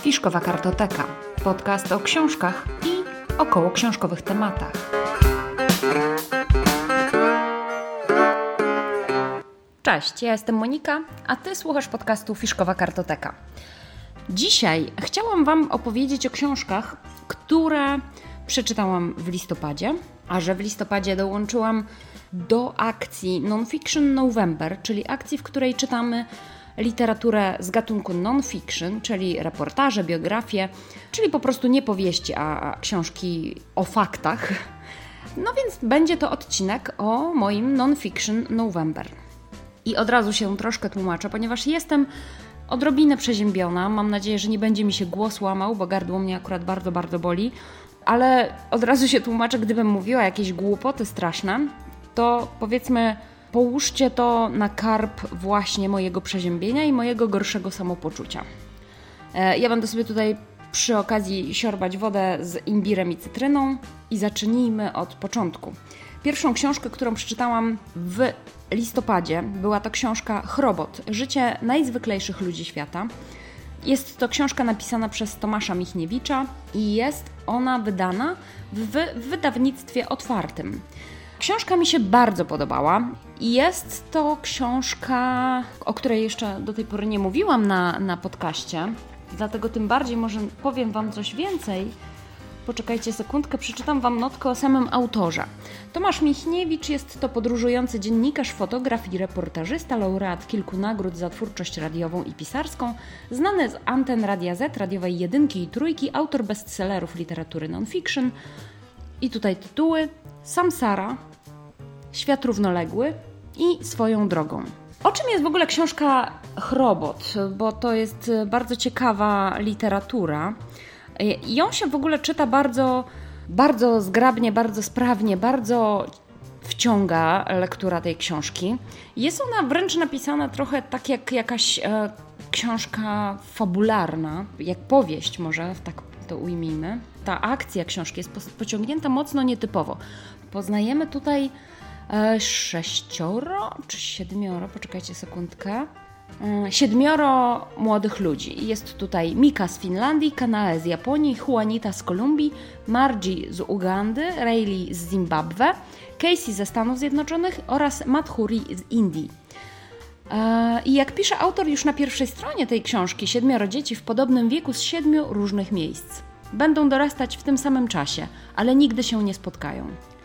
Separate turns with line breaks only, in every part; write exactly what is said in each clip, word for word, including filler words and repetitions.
Fiszkowa Kartoteka. Podcast o książkach i około książkowych tematach. Cześć, ja jestem Monika, a Ty słuchasz podcastu Fiszkowa Kartoteka. Dzisiaj chciałam Wam opowiedzieć o książkach, które przeczytałam w listopadzie, a że w listopadzie dołączyłam do akcji Non-Fiction November, czyli akcji, w której czytamy literaturę z gatunku non-fiction, czyli reportaże, biografie, czyli po prostu nie powieści, a książki o faktach. No więc będzie to odcinek o moim Non-Fiction November. I od razu się troszkę tłumaczę, ponieważ jestem odrobinę przeziębiona. Mam nadzieję, że nie będzie mi się głos łamał, bo gardło mnie akurat bardzo, bardzo boli. Ale od razu się tłumaczę, gdybym mówiła jakieś głupoty straszne, to powiedzmy połóżcie to na karb właśnie mojego przeziębienia i mojego gorszego samopoczucia. Ja będę sobie tutaj przy okazji siorbać wodę z imbirem i cytryną i zacznijmy od początku. Pierwszą książkę, którą przeczytałam w listopadzie, była to książka Chrobot. Życie najzwyklejszych ludzi świata. Jest to książka napisana przez Tomasza Michniewicza i jest ona wydana w wydawnictwie otwartym. Książka mi się bardzo podobała i jest to książka, o której jeszcze do tej pory nie mówiłam na, na podcaście, dlatego tym bardziej może powiem Wam coś więcej. Poczekajcie sekundkę, przeczytam Wam notkę o samym autorze. Tomasz Michniewicz jest to podróżujący dziennikarz, fotograf i reportażysta, laureat kilku nagród za twórczość radiową i pisarską, znany z anten Radia Z, radiowej jedynki i trójki, autor bestsellerów literatury non-fiction. I tutaj tytuły: Samsara, Świat równoległy i Swoją drogą. O czym jest w ogóle książka Chrobot? Bo to jest bardzo ciekawa literatura. I ją się w ogóle czyta bardzo, bardzo zgrabnie, bardzo sprawnie, bardzo wciąga lektura tej książki. Jest ona wręcz napisana trochę tak jak jakaś e, książka fabularna, jak powieść może, tak to ujmijmy. Ta akcja książki jest pociągnięta mocno nietypowo. Poznajemy tutaj e, sześcioro czy siedmioro, poczekajcie sekundkę, e, siedmioro młodych ludzi. Jest tutaj Mika z Finlandii, Kanae z Japonii, Juanita z Kolumbii, Margie z Ugandy, Rayleigh z Zimbabwe, Casey ze Stanów Zjednoczonych oraz Madhuri z Indii. E, I jak pisze autor już na pierwszej stronie tej książki, siedmioro dzieci w podobnym wieku z siedmiu różnych miejsc. Będą dorastać w tym samym czasie, ale nigdy się nie spotkają.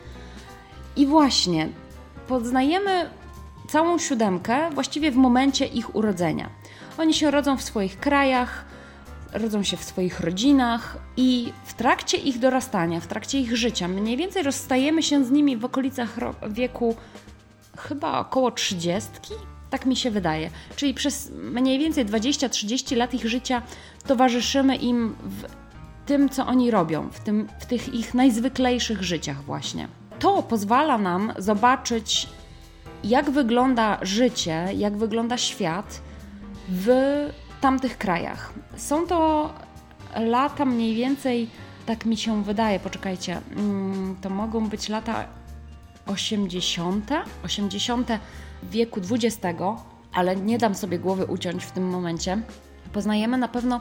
I właśnie poznajemy całą siódemkę właściwie w momencie ich urodzenia. Oni się rodzą w swoich krajach, rodzą się w swoich rodzinach i w trakcie ich dorastania, w trakcie ich życia mniej więcej rozstajemy się z nimi w okolicach wieku chyba około trzydziestki, tak mi się wydaje. Czyli przez mniej więcej dwadzieścia trzydzieści lat ich życia towarzyszymy im w tym, co oni robią, w, tym, w tych ich najzwyklejszych życiach właśnie. To pozwala nam zobaczyć, jak wygląda życie, jak wygląda świat w tamtych krajach. Są to lata mniej więcej, tak mi się wydaje, poczekajcie, to mogą być lata osiemdziesiąte, osiemdziesiąte wieku dwudziestego, ale nie dam sobie głowy uciąć w tym momencie. Poznajemy na pewno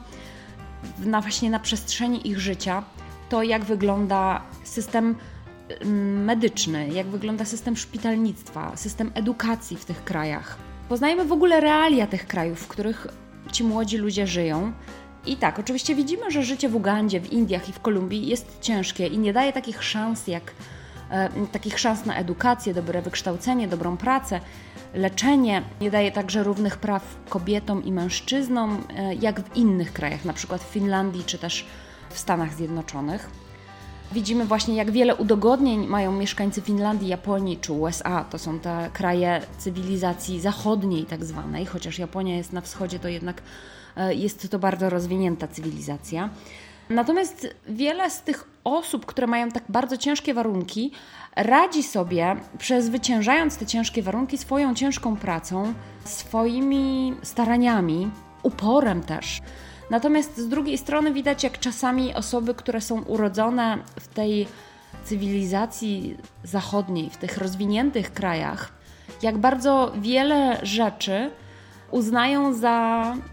na właśnie na przestrzeni ich życia to, jak wygląda system medyczny, jak wygląda system szpitalnictwa, system edukacji w tych krajach. Poznajemy w ogóle realia tych krajów, w których ci młodzi ludzie żyją. I tak, oczywiście widzimy, że życie w Ugandzie, w Indiach i w Kolumbii jest ciężkie i nie daje takich szans jak e, takich szans na edukację, dobre wykształcenie, dobrą pracę, leczenie. Nie daje także równych praw kobietom i mężczyznom, e, jak w innych krajach, na przykład w Finlandii czy też w Stanach Zjednoczonych. Widzimy właśnie, jak wiele udogodnień mają mieszkańcy Finlandii, Japonii czy U S A. To są te kraje cywilizacji zachodniej tak zwanej, chociaż Japonia jest na wschodzie, to jednak jest to bardzo rozwinięta cywilizacja. Natomiast wiele z tych osób, które mają tak bardzo ciężkie warunki, radzi sobie, przezwyciężając te ciężkie warunki, swoją ciężką pracą, swoimi staraniami, uporem też. Natomiast z drugiej strony widać, jak czasami osoby, które są urodzone w tej cywilizacji zachodniej, w tych rozwiniętych krajach, jak bardzo wiele rzeczy uznają za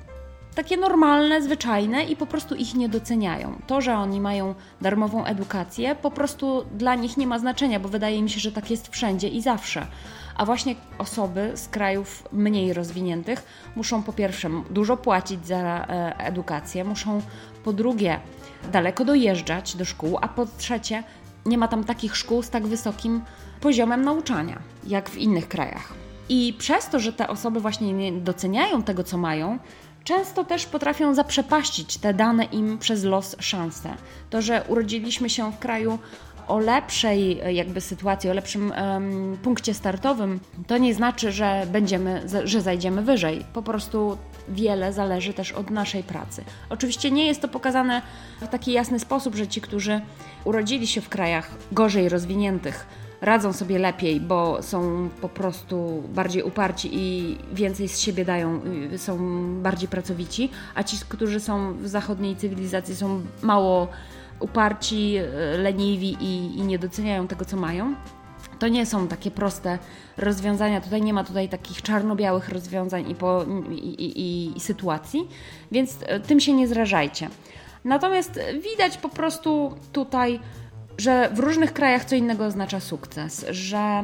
takie normalne, zwyczajne i po prostu ich nie doceniają. To, że oni mają darmową edukację, po prostu dla nich nie ma znaczenia, bo wydaje mi się, że tak jest wszędzie i zawsze. A właśnie osoby z krajów mniej rozwiniętych muszą po pierwsze dużo płacić za edukację, muszą po drugie daleko dojeżdżać do szkół, a po trzecie nie ma tam takich szkół z tak wysokim poziomem nauczania, jak w innych krajach. I przez to, że te osoby właśnie nie doceniają tego, co mają, często też potrafią zaprzepaścić te dane im przez los szanse. To, że urodziliśmy się w kraju o lepszej jakby sytuacji, o lepszym um, punkcie startowym, to nie znaczy, że będziemy, że zajdziemy wyżej. Po prostu wiele zależy też od naszej pracy. Oczywiście nie jest to pokazane w taki jasny sposób, że ci, którzy urodzili się w krajach gorzej rozwiniętych, radzą sobie lepiej, bo są po prostu bardziej uparci i więcej z siebie dają, są bardziej pracowici, a ci, którzy są w zachodniej cywilizacji, są mało uparci, leniwi i, i nie doceniają tego, co mają. To nie są takie proste rozwiązania, tutaj nie ma tutaj takich czarno-białych rozwiązań i, po, i, i, i sytuacji, więc tym się nie zrażajcie. Natomiast widać po prostu tutaj, że w różnych krajach co innego oznacza sukces, że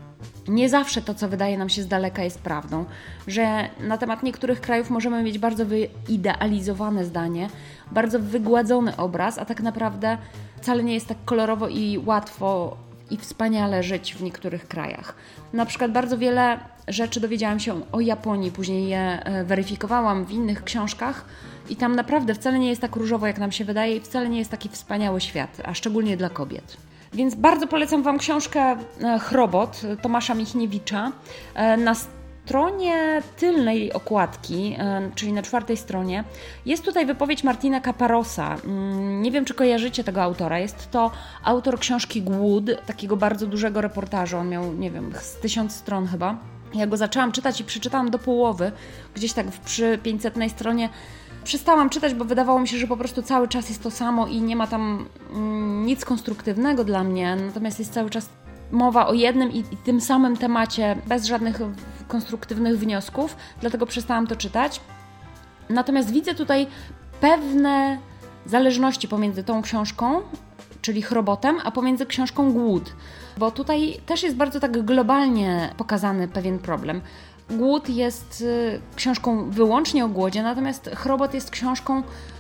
nie zawsze to, co wydaje nam się z daleka, jest prawdą, że na temat niektórych krajów możemy mieć bardzo wyidealizowane zdanie, bardzo wygładzony obraz, a tak naprawdę wcale nie jest tak kolorowo i łatwo i wspaniale żyć w niektórych krajach. Na przykład bardzo wiele rzeczy dowiedziałam się o Japonii, później je weryfikowałam w innych książkach i tam naprawdę wcale nie jest tak różowo, jak nam się wydaje i wcale nie jest taki wspaniały świat, a szczególnie dla kobiet. Więc bardzo polecam Wam książkę Chrobot Tomasza Michniewicza. Na stronie tylnej okładki, czyli na czwartej stronie, jest tutaj wypowiedź Martina Caparosa. Nie wiem, czy kojarzycie tego autora. Jest to autor książki Głód, takiego bardzo dużego reportażu. On miał, nie wiem, z tysiąc stron chyba. Ja go zaczęłam czytać i przeczytałam do połowy, gdzieś tak przy pięćsetnej stronie. Przestałam czytać, bo wydawało mi się, że po prostu cały czas jest to samo i nie ma tam mm, nic konstruktywnego dla mnie, natomiast jest cały czas mowa o jednym i, i tym samym temacie, bez żadnych konstruktywnych wniosków, dlatego przestałam to czytać. Natomiast widzę tutaj pewne zależności pomiędzy tą książką, czyli Chrobotem, a pomiędzy książką Głód, bo tutaj też jest bardzo tak globalnie pokazany pewien problem. Głód jest książką wyłącznie o głodzie, natomiast Chrobot jest książką,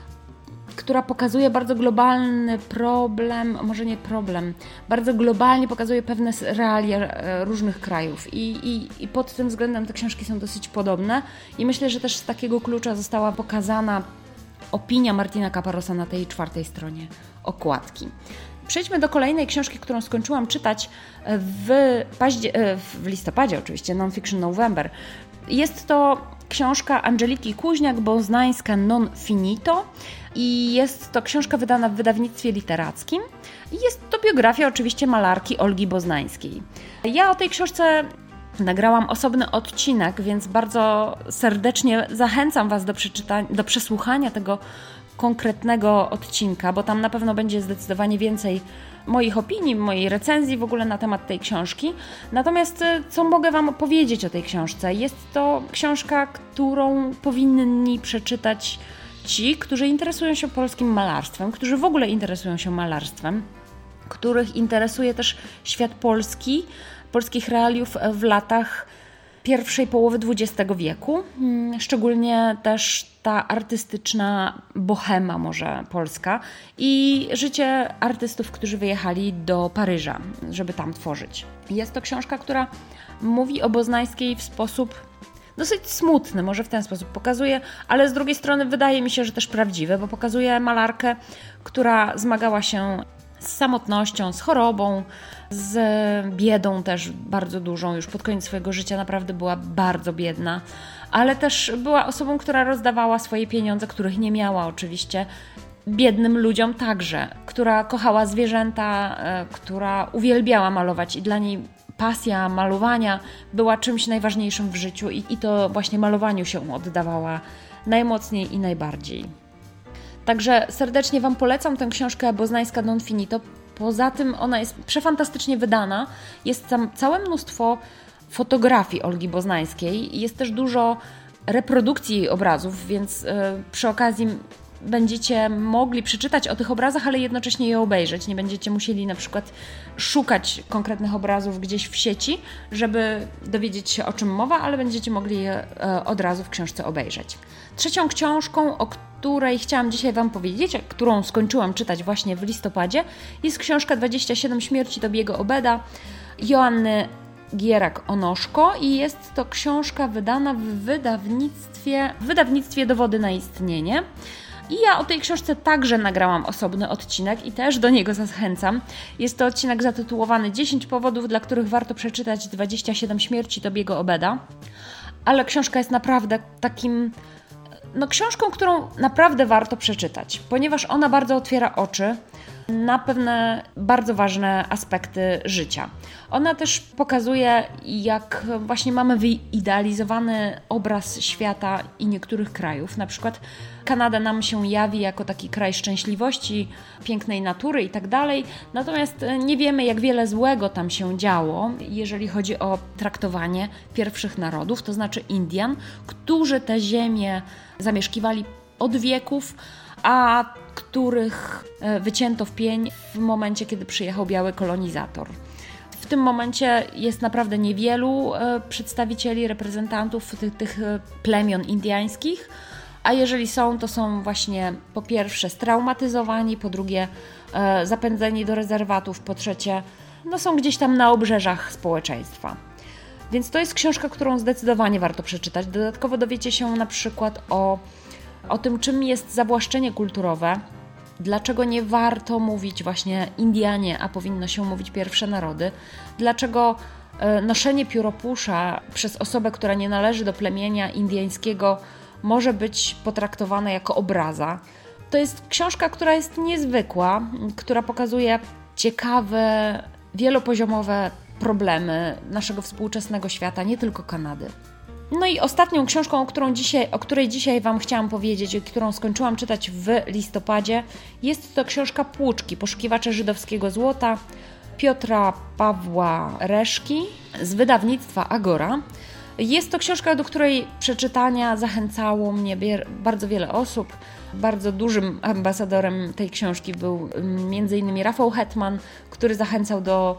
która pokazuje bardzo globalny problem, może nie problem, bardzo globalnie pokazuje pewne realia różnych krajów i, i, i pod tym względem te książki są dosyć podobne i myślę, że też z takiego klucza została pokazana opinia Martina Caparosa na tej czwartej stronie okładki. Przejdźmy do kolejnej książki, którą skończyłam czytać w, paździe- w listopadzie oczywiście, Non-Fiction November. Jest to książka Angeliki Kuźniak-Boznańska Non Finito i jest to książka wydana w wydawnictwie literackim i jest to biografia oczywiście malarki Olgi Boznańskiej. Ja o tej książce nagrałam osobny odcinek, więc bardzo serdecznie zachęcam Was do przeczytania, do przesłuchania tego konkretnego odcinka, bo tam na pewno będzie zdecydowanie więcej moich opinii, mojej recenzji w ogóle na temat tej książki. Natomiast co mogę Wam powiedzieć o tej książce? Jest to książka, którą powinni przeczytać ci, którzy interesują się polskim malarstwem, którzy w ogóle interesują się malarstwem, których interesuje też świat polski, polskich realiów w latach pierwszej połowy dwudziestego wieku, szczególnie też ta artystyczna bohema może polska i życie artystów, którzy wyjechali do Paryża, żeby tam tworzyć. Jest to książka, która mówi o Boznańskiej w sposób dosyć smutny, może w ten sposób pokazuje, ale z drugiej strony wydaje mi się, że też prawdziwy, bo pokazuje malarkę, która zmagała się z samotnością, z chorobą, z biedą też bardzo dużą. Już pod koniec swojego życia naprawdę była bardzo biedna, ale też była osobą, która rozdawała swoje pieniądze, których nie miała oczywiście, biednym ludziom także, która kochała zwierzęta, która uwielbiała malować i dla niej pasja malowania była czymś najważniejszym w życiu i, i to właśnie malowaniu się oddawała najmocniej i najbardziej. Także serdecznie Wam polecam tę książkę Boznańska Non Finito. Poza tym ona jest przefantastycznie wydana. Jest tam całe mnóstwo fotografii Olgi Boznańskiej. Jest też dużo reprodukcji jej obrazów, więc przy okazji będziecie mogli przeczytać o tych obrazach, ale jednocześnie je obejrzeć. Nie będziecie musieli na przykład szukać konkretnych obrazów gdzieś w sieci, żeby dowiedzieć się, o czym mowa, ale będziecie mogli je od razu w książce obejrzeć. Trzecią książką, o której chciałam dzisiaj Wam powiedzieć, którą skończyłam czytać właśnie w listopadzie, jest książka dwadzieścia siedem śmierci Tobiego Obeda Joanny Gierak-Onoszko i jest to książka wydana w wydawnictwie, w wydawnictwie Dowody na istnienie. I ja o tej książce także nagrałam osobny odcinek i też do niego zachęcam. Jest to odcinek zatytułowany dziesięć powodów, dla których warto przeczytać dwadzieścia siedem śmierci Tobiego Obeda. Ale książka jest naprawdę takim, no książką, którą naprawdę warto przeczytać, ponieważ ona bardzo otwiera oczy na pewne bardzo ważne aspekty życia. Ona też pokazuje, jak właśnie mamy wyidealizowany obraz świata i niektórych krajów. Na przykład Kanada nam się jawi jako taki kraj szczęśliwości, pięknej natury i tak dalej. Natomiast nie wiemy, jak wiele złego tam się działo, jeżeli chodzi o traktowanie pierwszych narodów, to znaczy Indian, którzy tę ziemię zamieszkiwali od wieków, a których wycięto w pień w momencie, kiedy przyjechał biały kolonizator. W tym momencie jest naprawdę niewielu przedstawicieli, reprezentantów tych, tych plemion indyjskich, a jeżeli są, to są właśnie po pierwsze straumatyzowani, po drugie zapędzeni do rezerwatów, po trzecie no są gdzieś tam na obrzeżach społeczeństwa. Więc to jest książka, którą zdecydowanie warto przeczytać. Dodatkowo dowiecie się na przykład o o tym, czym jest zawłaszczenie kulturowe, dlaczego nie warto mówić właśnie Indianie, a powinno się mówić pierwsze narody, dlaczego noszenie pióropusza przez osobę, która nie należy do plemienia indyjskiego, może być potraktowane jako obraza. To jest książka, która jest niezwykła, która pokazuje ciekawe, wielopoziomowe problemy naszego współczesnego świata, nie tylko Kanady. No i ostatnią książką, o, którą dzisiaj, o której dzisiaj Wam chciałam powiedzieć i którą skończyłam czytać w listopadzie, jest to książka Płuczki, poszukiwacze żydowskiego złota Piotra Pawła Reszki z wydawnictwa Agora. Jest to książka, do której przeczytania zachęcało mnie bardzo wiele osób. Bardzo dużym ambasadorem tej książki był między innymi Rafał Hetman, który zachęcał do,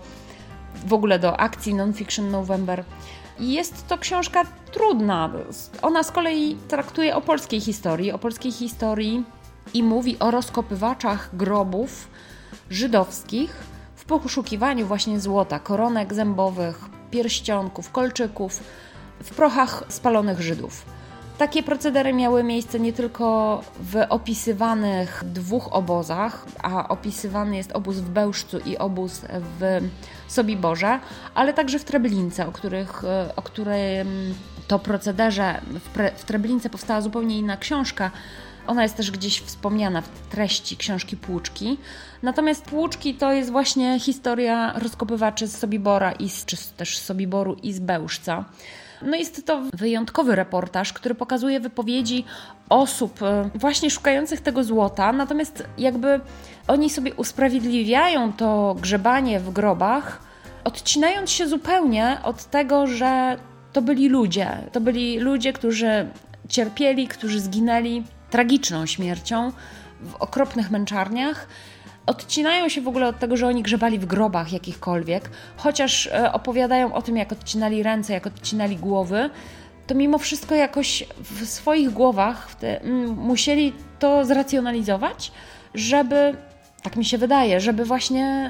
w ogóle do akcji Non-Fiction November. Jest to książka trudna. Ona z kolei traktuje o polskiej historii, o polskiej historii i mówi o rozkopywaczach grobów żydowskich w poszukiwaniu właśnie złota, koronek zębowych, pierścionków, kolczyków w prochach spalonych Żydów. Takie procedery miały miejsce nie tylko w opisywanych dwóch obozach, a opisywany jest obóz w Bełżcu i obóz w Sobiborze, ale także w Treblince, o, których, o którym to procederze w, pre, w Treblince powstała zupełnie inna książka. Ona jest też gdzieś wspomniana w treści książki Płuczki. Natomiast Płuczki to jest właśnie historia rozkopywaczy z Sobibora, i z, czy też z Sobiboru i z Bełżca. No jest to wyjątkowy reportaż, który pokazuje wypowiedzi osób właśnie szukających tego złota, natomiast jakby oni sobie usprawiedliwiają to grzebanie w grobach, odcinając się zupełnie od tego, że to byli ludzie. To byli ludzie, którzy cierpieli, którzy zginęli tragiczną śmiercią w okropnych męczarniach. Odcinają się w ogóle od tego, że oni grzebali w grobach jakichkolwiek, chociaż opowiadają o tym, jak odcinali ręce, jak odcinali głowy, to mimo wszystko jakoś w swoich głowach te, m, musieli to zracjonalizować, żeby, tak mi się wydaje, żeby właśnie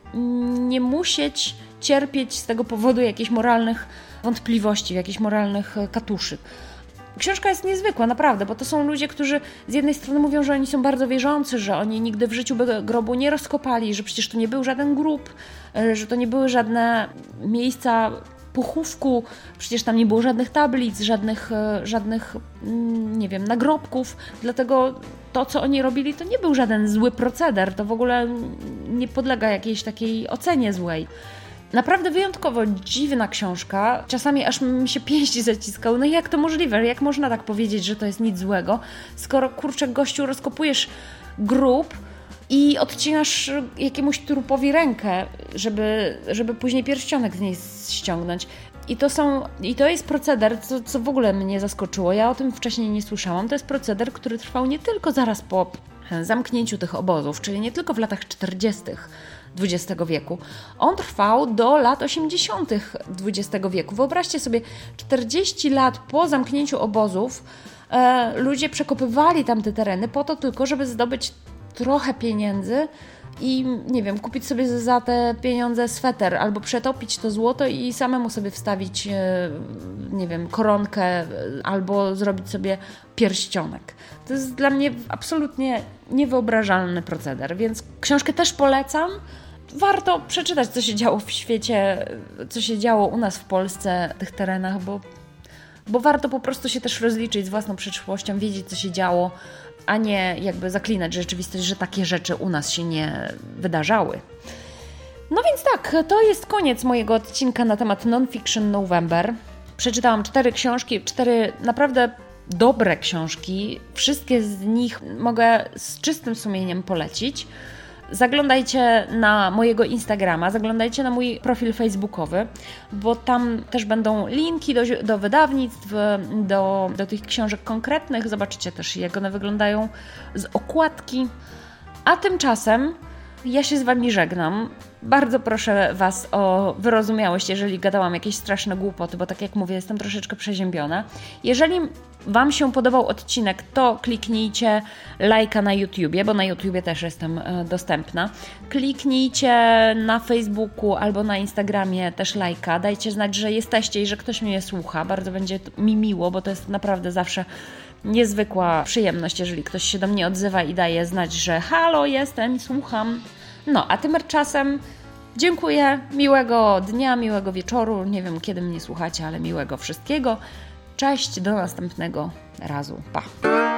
nie musieć cierpieć z tego powodu jakichś moralnych wątpliwości, jakichś moralnych katuszy. Książka jest niezwykła, naprawdę, bo to są ludzie, którzy z jednej strony mówią, że oni są bardzo wierzący, że oni nigdy w życiu by grobu nie rozkopali, że przecież to nie był żaden grób, że to nie były żadne miejsca pochówku, przecież tam nie było żadnych tablic, żadnych, żadnych, nie wiem, nagrobków, dlatego to, co oni robili, to nie był żaden zły proceder, to w ogóle nie podlega jakiejś takiej ocenie złej. Naprawdę wyjątkowo dziwna książka, czasami aż mi się pięści zaciskały. No jak to możliwe? Jak można tak powiedzieć, że to jest nic złego, skoro, kurczę, gościu, rozkopujesz grób i odcinasz jakiemuś trupowi rękę, żeby, żeby później pierścionek z niej ściągnąć. I to są, i to jest proceder, co, co w ogóle mnie zaskoczyło. Ja o tym wcześniej nie słyszałam. To jest proceder, który trwał nie tylko zaraz po zamknięciu tych obozów, czyli nie tylko w latach czterdziestych dwudziestego wieku. On trwał do lat osiemdziesiątych dwudziestego wieku. Wyobraźcie sobie, czterdzieści lat po zamknięciu obozów e, ludzie przekopywali tamte tereny po to tylko, żeby zdobyć trochę pieniędzy i, nie wiem, kupić sobie za te pieniądze sweter albo przetopić to złoto i samemu sobie wstawić, nie wiem, koronkę albo zrobić sobie pierścionek. To jest dla mnie absolutnie niewyobrażalny proceder, więc książkę też polecam. Warto przeczytać, co się działo w świecie, co się działo u nas w Polsce, w tych terenach, bo, bo warto po prostu się też rozliczyć z własną przyszłością, wiedzieć, co się działo, a nie jakby zaklinać rzeczywistość, że takie rzeczy u nas się nie wydarzały. No więc tak, to jest koniec mojego odcinka na temat Non-Fiction November. Przeczytałam cztery książki, cztery naprawdę dobre książki. Wszystkie z nich mogę z czystym sumieniem polecić. Zaglądajcie na mojego Instagrama, zaglądajcie na mój profil facebookowy, bo tam też będą linki do, do wydawnictw, do, do tych książek konkretnych. Zobaczycie też, jak one wyglądają z okładki. A tymczasem ja się z Wami żegnam. Bardzo proszę Was o wyrozumiałość, jeżeli gadałam jakieś straszne głupoty, bo tak jak mówię, jestem troszeczkę przeziębiona. Jeżeli Wam się podobał odcinek, to kliknijcie lajka na YouTubie, bo na YouTubie też jestem e, dostępna. Kliknijcie na Facebooku albo na Instagramie też lajka. Dajcie znać, że jesteście i że ktoś mnie słucha. Bardzo będzie mi miło, bo to jest naprawdę zawsze niezwykła przyjemność, jeżeli ktoś się do mnie odzywa i daje znać, że halo, jestem, słucham. No, a tymczasem dziękuję, miłego dnia, miłego wieczoru, nie wiem kiedy mnie słuchacie, ale miłego wszystkiego. Cześć, do następnego razu, pa!